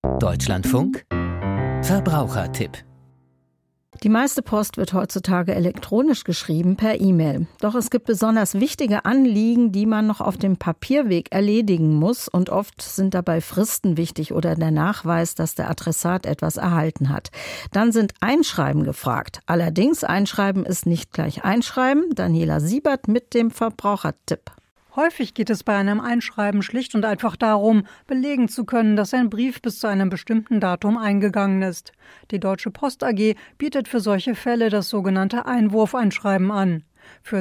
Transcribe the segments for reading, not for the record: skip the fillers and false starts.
Deutschlandfunk Verbrauchertipp. Die meiste Post wird heutzutage elektronisch geschrieben per E-Mail. Doch es gibt besonders wichtige Anliegen, die man noch auf dem Papierweg erledigen muss. Und oft sind dabei Fristen wichtig oder der Nachweis, dass der Adressat etwas erhalten hat. Dann sind Einschreiben gefragt. Allerdings, Einschreiben ist nicht gleich Einschreiben. Daniela Siebert mit dem Verbrauchertipp. Häufig geht es bei einem Einschreiben schlicht und einfach darum, belegen zu können, dass ein Brief bis zu einem bestimmten Datum eingegangen ist. Die Deutsche Post AG bietet für solche Fälle das sogenannte Einwurfeinschreiben an. Für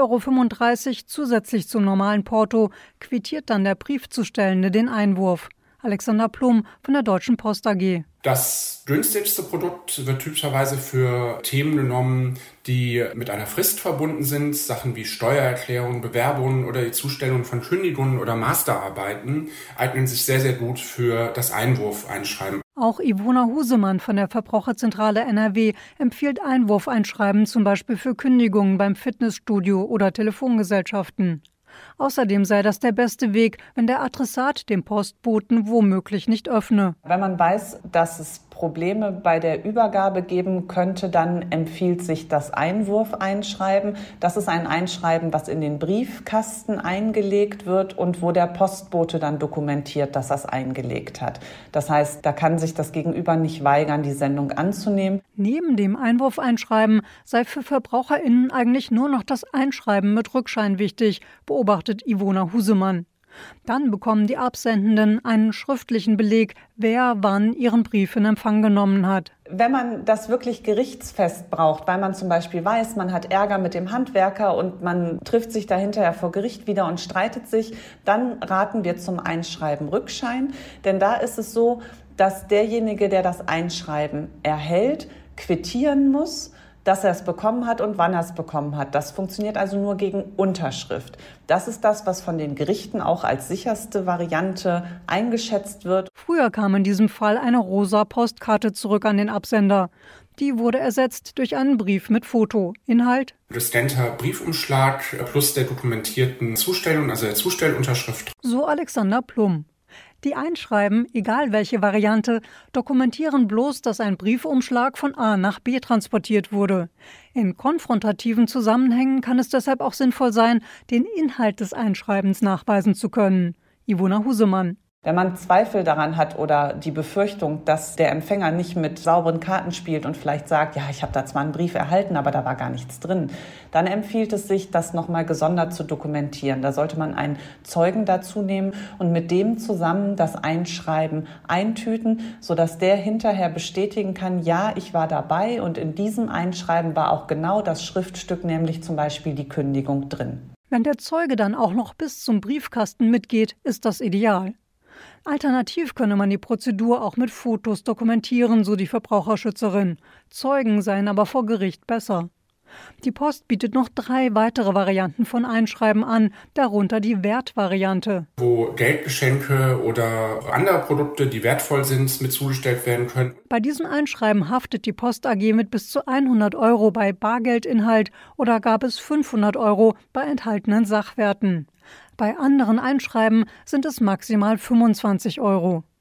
2,35 € zusätzlich zum normalen Porto quittiert dann der Briefzustellende den Einwurf. Alexander Plum von der Deutschen Post AG. Das günstigste Produkt wird typischerweise für Themen genommen, die mit einer Frist verbunden sind. Sachen wie Steuererklärungen, Bewerbungen oder die Zustellung von Kündigungen oder Masterarbeiten eignen sich sehr, sehr gut für das Einwurfeinschreiben. Auch Ivona Husemann von der Verbraucherzentrale NRW empfiehlt Einwurfeinschreiben zum Beispiel für Kündigungen beim Fitnessstudio oder Telefongesellschaften. Außerdem sei das der beste Weg, wenn der Adressat dem Postboten womöglich nicht öffne. Wenn man weiß, dass es Probleme bei der Übergabe geben könnte, dann empfiehlt sich das Einwurfeinschreiben. Das ist ein Einschreiben, was in den Briefkasten eingelegt wird und wo der Postbote dann dokumentiert, dass er es eingelegt hat. Das heißt, da kann sich das Gegenüber nicht weigern, die Sendung anzunehmen. Neben dem Einwurfeinschreiben sei für VerbraucherInnen eigentlich nur noch das Einschreiben mit Rückschein wichtig, beobachtet Ivona Husemann. Dann bekommen die Absendenden einen schriftlichen Beleg, wer wann ihren Brief in Empfang genommen hat. Wenn man das wirklich gerichtsfest braucht, weil man zum Beispiel weiß, man hat Ärger mit dem Handwerker und man trifft sich da hinterher vor Gericht wieder und streitet sich, dann raten wir zum Einschreiben Rückschein. Denn da ist es so, dass derjenige, der das Einschreiben erhält, quittieren muss, dass er es bekommen hat und wann er es bekommen hat. Das funktioniert also nur gegen Unterschrift. Das ist das, was von den Gerichten auch als sicherste Variante eingeschätzt wird. Früher kam in diesem Fall eine rosa Postkarte zurück an den Absender. Die wurde ersetzt durch einen Brief mit Foto. Inhalt: Gescannter Briefumschlag plus der dokumentierten Zustellung, also der Zustellunterschrift. So Alexander Plum. Die Einschreiben, egal welche Variante, dokumentieren bloß, dass ein Briefumschlag von A nach B transportiert wurde. In konfrontativen Zusammenhängen kann es deshalb auch sinnvoll sein, den Inhalt des Einschreibens nachweisen zu können. Ivona Husemann. Wenn man Zweifel daran hat oder die Befürchtung, dass der Empfänger nicht mit sauberen Karten spielt und vielleicht sagt, ja, ich habe da zwar einen Brief erhalten, aber da war gar nichts drin, dann empfiehlt es sich, das nochmal gesondert zu dokumentieren. Da sollte man einen Zeugen dazu nehmen und mit dem zusammen das Einschreiben eintüten, sodass der hinterher bestätigen kann, ja, ich war dabei und in diesem Einschreiben war auch genau das Schriftstück, nämlich zum Beispiel die Kündigung drin. Wenn der Zeuge dann auch noch bis zum Briefkasten mitgeht, ist das ideal. Alternativ könne man die Prozedur auch mit Fotos dokumentieren, so die Verbraucherschützerin. Zeugen seien aber vor Gericht besser. Die Post bietet noch 3 weitere Varianten von Einschreiben an, darunter die Wertvariante. Wo Geldgeschenke oder andere Produkte, die wertvoll sind, mit zugestellt werden können. Bei diesem Einschreiben haftet die Post AG mit bis zu 100 € bei Bargeldinhalt oder gab es 500 € bei enthaltenen Sachwerten. Bei anderen Einschreiben sind es maximal 25 €.